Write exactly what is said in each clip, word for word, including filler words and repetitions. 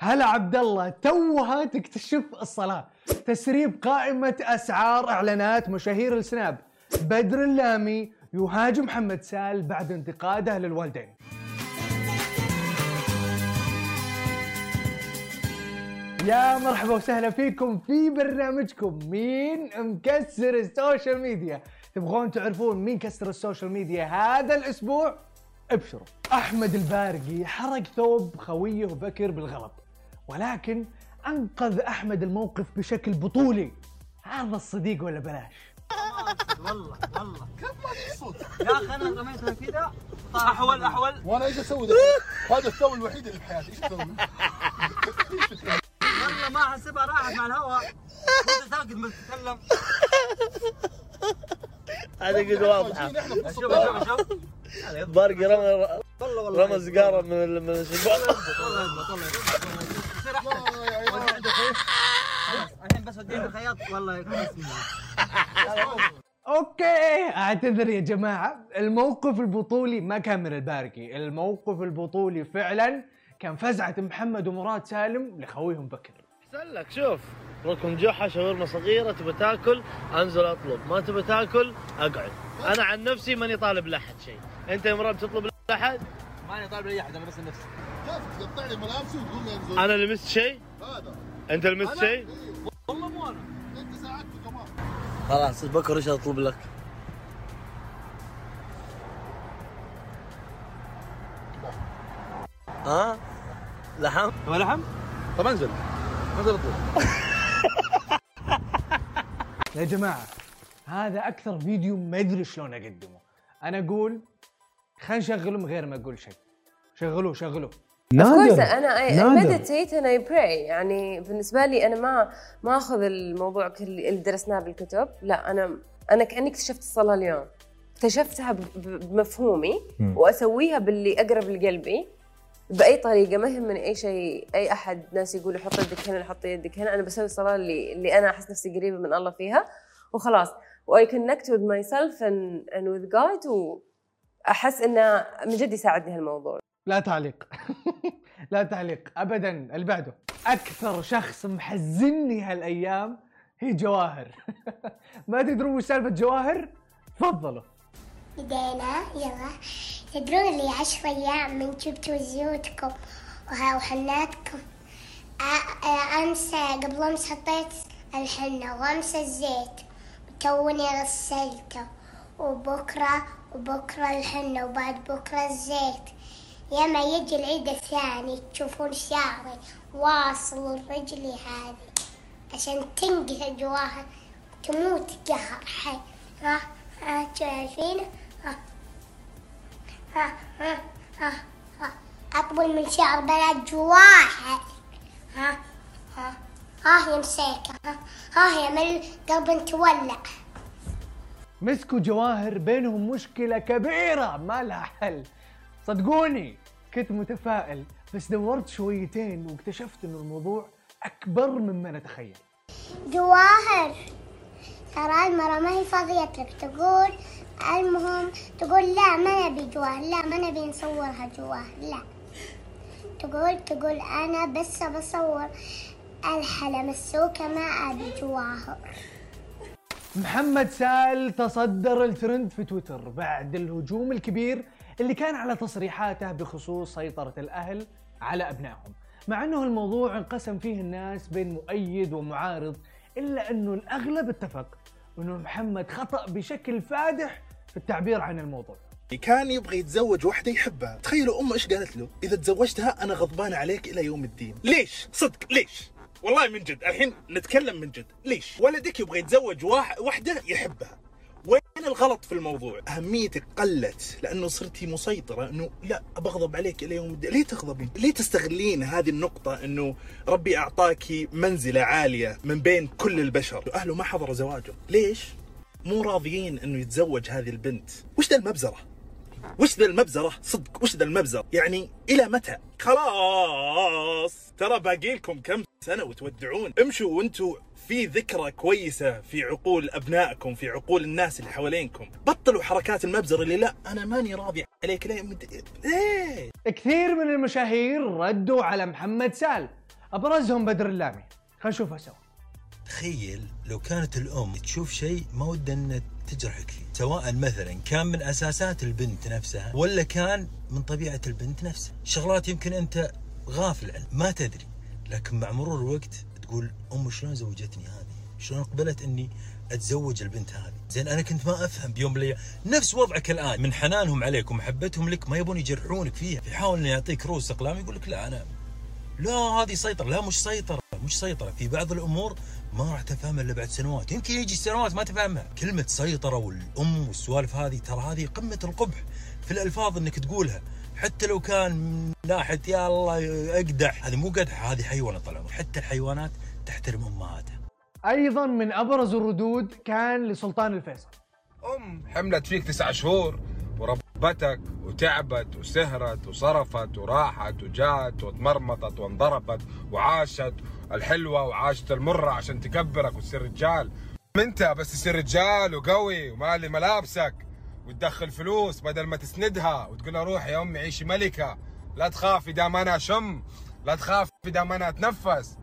هلا عبد الله، توها تكتشف الصلاة. تسريب قائمة أسعار إعلانات مشاهير السناب. بدر اللامي يهاجم محمد سال بعد انتقاده للوالدين. يا مرحبا وسهلا فيكم في برنامجكم مين مكسر السوشيال ميديا. تبغون تعرفون مين كسر السوشيال ميديا هذا الأسبوع؟ ابشروا. أحمد البارقي حرق ثوب خويه بكر بالغلط، ولكن أنقذ أحمد الموقف بشكل بطولي. هذا الصديق ولا بلاش؟ والله والله كيف ما تقصد يا اخي؟ انا رميتها كذا احول احول وانا ايش اسوي ذا؟ هذا الثوب الوحيد اللي بحياتي، ايش اسوي؟ والله ما احسبها راحت مع الهواء. كنت ساكت ما تتكلم. هذه قد واضحه. شوف شوف شوف بارقي رمى والله والله رمى سيجاره من من الشباك. والله يضبط والله يضبط. الحين بس وديني الخياط والله يكون اسمي. اوكي اعتذر يا جماعة، الموقف البطولي ما كان من البارقي، الموقف البطولي فعلا كان فزعة محمد ومراد سالم لخويهم بكر. احسن لك، شوف ركن جحا شاورما صغيره، تبى تاكل انزل اطلب، ما تبى تاكل اقعد. انا عن نفسي ماني طالب لاحد شيء. انت يا مراد تطلب لاحد؟ ماني طالب لاي احد، انا بس لنفسي. كيف تقطع لي ملابسي وتقول لي انزل؟ انا لمست شيء؟ هذا انت لمست شيء؟ والله مو انا. انت ساعدته كمان. خلاص بكر ايش اطلب لك؟ ها؟ لحم؟ هو لحم؟ طب انزل انزل اطلب. يا جماعة هذا أكثر فيديو ما أدري شلون أقدمه. أنا أقول خلينا نشغله من غير ما أقول شيء. شغلوه شغلوه. نادر انا اي مديتيت انا اي براي. يعني بالنسبه لي انا ما ما اخذ الموضوع كل اللي درسناه بالكتب، لا انا انا كاني اكتشفت الصلاه اليوم، اكتشفتها بمفهومي واسويها باللي اقرب لقلبي باي طريقه، ما يهمني اي شيء. اي احد ناس يقولوا حط يدك هنا حط يدك هنا، انا بسوي الصلاه اللي اللي انا احس نفسي قريبه من الله فيها وخلاص. واي كونكت وذ ماي سيلف اند وذ جاد، واحس انه من جد يساعدني هالموضوع. لا تعليق. لا تعليق ابدا. اللي بعده. اكثر شخص محزنني هالايام هي جواهر. ما تدرون وش سالفه جواهر؟ تفضلوا. بدينا يلا. تدرون اللي عشر ايام من جبتوا زيوتكم وحناتكم، امس قبل امس حطيت الحنه وامس الزيت وتوني غسلته، وبكره وبكره الحنه وبعد بكره الزيت. ياما يجي العيد الثاني تشوفون شعري واصل رجلي هذه عشان تنقذ جواهر تموت قهر حي. ها ها شايفين؟ ها ها ها ها ها أطول من شعر بنات جواهر. ها ها ها هي مسيكة. ها ها هي من قلب تولع. مسكوا جواهر بينهم مشكلة كبيرة ما لها حل. صدقوني كنت متفائل، بس دورت شويتين واكتشفت انه الموضوع اكبر مما نتخيل. جواهر ترى المرة ما هي فاضية لك، تقول المهم تقول لا ما نبي جواهر، لا ما نبي نصورها جواهر، لا تقول تقول انا بس بصور الحلا مسوكة ما ابي جواهر. محمد سال تصدر الترند في تويتر بعد الهجوم الكبير اللي كان على تصريحاته بخصوص سيطرة الأهل على أبنائهم، مع أنه الموضوع انقسم فيه الناس بين مؤيد ومعارض، إلا أنه الأغلب اتفق أنه محمد خطأ بشكل فادح في التعبير عن الموضوع. كان يبغى يتزوج واحدة يحبها. تخيلوا أمه إيش قالت له؟ إذا تزوجتها أنا غضبان عليك إلى يوم الدين. ليش؟ صدق ليش؟ والله من جد الحين نتكلم من جد. ليش؟ ولدك يبغى يتزوج واحدة يحبها، وين الغلط في الموضوع؟ أهميتك قلت لأنه صرتي مسيطرة، أنه لا بغضب عليك إلى يوم الدين. ليه تغضبين؟ ليه تستغلين هذه النقطة أنه ربي أعطاكي منزلة عالية من بين كل البشر؟ أهله ما حضروا زواجه، ليش؟ مو راضيين أنه يتزوج هذه البنت. وش ذا المبزرة؟ وش ذا المبزرة؟ صدق وش ذا المبزرة؟ يعني إلى متى؟ خلاص ترى باقي لكم كم سنة وتودعون. امشوا وانتوا في ذكرى كويسة في عقول أبنائكم، في عقول الناس اللي حوالينكم. بطلوا حركات المبزر اللي لا أنا ماني راضي عليك لا مد... ايه. كثير من المشاهير ردوا على محمد سال، ابرزهم بدر اللامي. خلينا نشوفها سوا. تخيل لو كانت الام تشوف شيء ما ودها ان تجرحك فيه، سواء مثلا كان من اساسات البنت نفسها ولا كان من طبيعه البنت نفسها، شغلات يمكن انت غافل عنها ما تدري، لكن مع مرور الوقت تقول ام شلون زوجتني هذه؟ شلون قبلت اني اتزوج البنت هذه؟ زين انا كنت ما افهم بيوم من الايام، نفس وضعك الان من حنانهم عليك ومحبتهم لك ما يبون يجرحونك فيها، يحاول انه يعطيك رؤوس اقلام يقول لك لا انا لا هذه سيطره، لا مش سيطره، مش سيطره، في بعض الامور ما راح تفهمها الا بعد سنوات، يمكن يجي سنوات ما تفهمها، كلمه سيطره والام والسوالف هذه ترى هذه قمه القبح في الالفاظ انك تقولها، حتى لو كان من ناحيه يا الله اقدح، هذه مو قدح، هذه حيوانه طال عمرك، حتى الحيوانات تحترم امهاتها. ايضا من ابرز الردود كان لسلطان الفيصل. ام حملت فيك تسع شهور وربتك وتعبت وسهرت وصرفت وراحت وجات وتمرمطت وانضربت وعاشت الحلوه وعاشت المره عشان تكبرك وتصير رجال. انت بس تصير رجال وقوي ومالي ملابسك وتدخل فلوس بدل ما تسندها وتقول لها روحي يا امي عيشي ملكه، لا تخافي دام انا اشم، لا تخافي دام انا اتنفس.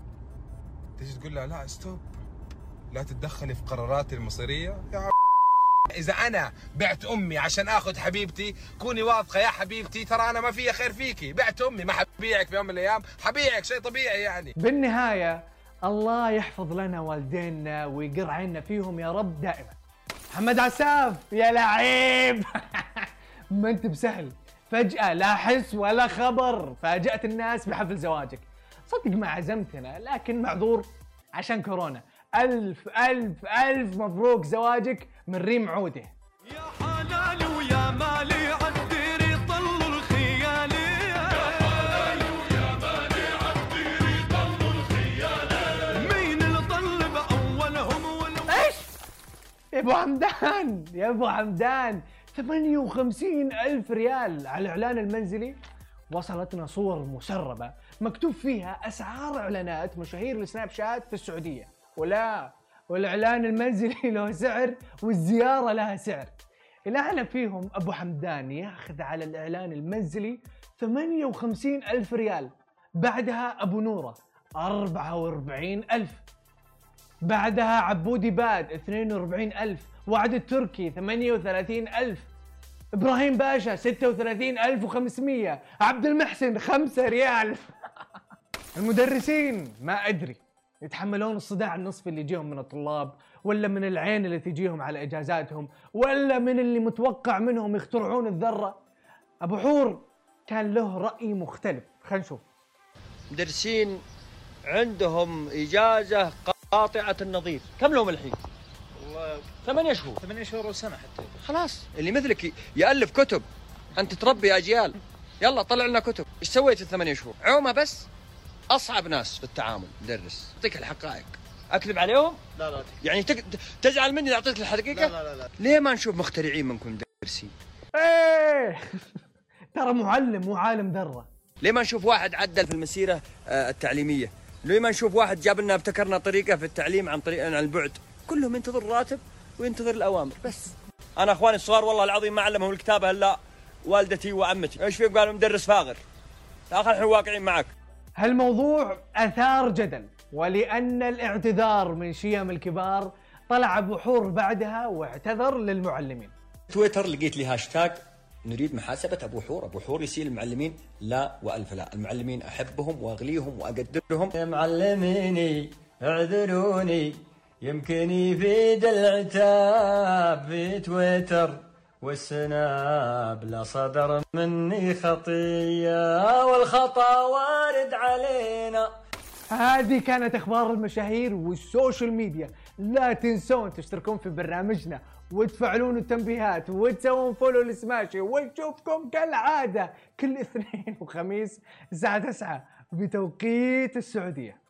تجي تقول لها لا ستوب، لا تتدخلي في قراراتي المصيريه يا اذا انا بعت امي عشان اخذ حبيبتي كوني واثقه يا حبيبتي ترى انا ما فيها خير فيكي، بعت امي ما حبيعك في يوم من الايام، حبيعك شيء طبيعي يعني. بالنهايه الله يحفظ لنا والدينا ويقر عيننا فيهم يا رب دائما. محمد عساف يا لعيب ما انت بسهل، فجأة لا حس ولا خبر فاجأت الناس بحفل زواجك. صدق ما عزمتنا لكن معذور عشان كورونا. ألف ألف ألف مبروك زواجك من ريم عودة. يا حلال ويا مالي عالديري طل الخيالي، يا حلال ويا مالي عالديري طل الخيالي، مين اللي طل بأولهم وال ايش؟ يا ابو حمدان يا ابو حمدان ثمانية وخمسين ألف ريال على الإعلان المنزلي. وصلتنا صور مسربة مكتوب فيها أسعار إعلانات مشاهير السناب شات في السعودية، ولا والإعلان المنزلي له سعر والزيارة لها سعر. الأعلى فيهم أبو حمدان ياخذ على الإعلان المنزلي ثمانية وخمسين ألف ريال، بعدها أبو نورة أربعة وأربعين ألف، بعدها عبودي باد اثنين وأربعين ألف، وعد التركي ثمانية وثلاثين ألف، إبراهيم باشا ستة وثلاثين ألف وخمسمية، عبد المحسن خمسة ريال. المدرسين ما أدري يتحملون الصداع النصفي اللي يجيهم من الطلاب، ولا من العين اللي تجيهم على إجازاتهم، ولا من اللي متوقع منهم يخترعون الذرة. أبو حور كان له رأي مختلف. خلينا نشوف. مدرسين عندهم إجازة قاطعة النظير، كم لهم الحين؟ والله ثمانية شهور. ثمانية شهور وسنة حتى. خلاص اللي مثلك يألف كتب، أنت تربي أجيال، يلا طلع لنا كتب. إيش سويت الثمانية شهور؟ عومة بس. أصعب ناس في التعامل مدرس، أعطيك الحقائق. أكذب عليهم؟ لا لا. يعني تك... تزعل مني إذا أعطيتك الحقيقة؟ لا لا لا. ليه ما نشوف مخترعين منكم مدرسين؟ إيه ترى معلم مو عالم ذرة. ليه ما نشوف واحد عدل في المسيرة التعليمية؟ ليه ما نشوف واحد جاب لنا ابتكرنا طريقة في التعليم عن طريق عن البعد؟ كلهم ينتظر راتب وينتظر الأوامر بس. أنا أخواني الصغار والله العظيم ما علمهم الكتابة إلا والدتي وعمتي. إيش فيهم؟ قالوا مدرس فاغر. آخر احنا واقعين معك. هالموضوع أثار جدل، ولأن الاعتذار من شيم الكبار طلع أبو حور بعدها واعتذر للمعلمين. تويتر لقيت لي هاشتاج نريد محاسبة أبو حور، أبو حور يسيل المعلمين. لا وألف لا، المعلمين أحبهم وأغليهم وأقدرهم. يا معلميني اعذروني يمكن يفيد العتاب في تويتر والسناب، لا صدر مني خطية والخطأ وارد علينا. هذه كانت أخبار المشاهير والسوشيال ميديا. لا تنسون تشتركون في برنامجنا وتفعلون التنبيهات وتسوون فولو لسماشي، ونشوفكم كالعادة كل اثنين وخميس الساعة تسعة بتوقيت السعودية.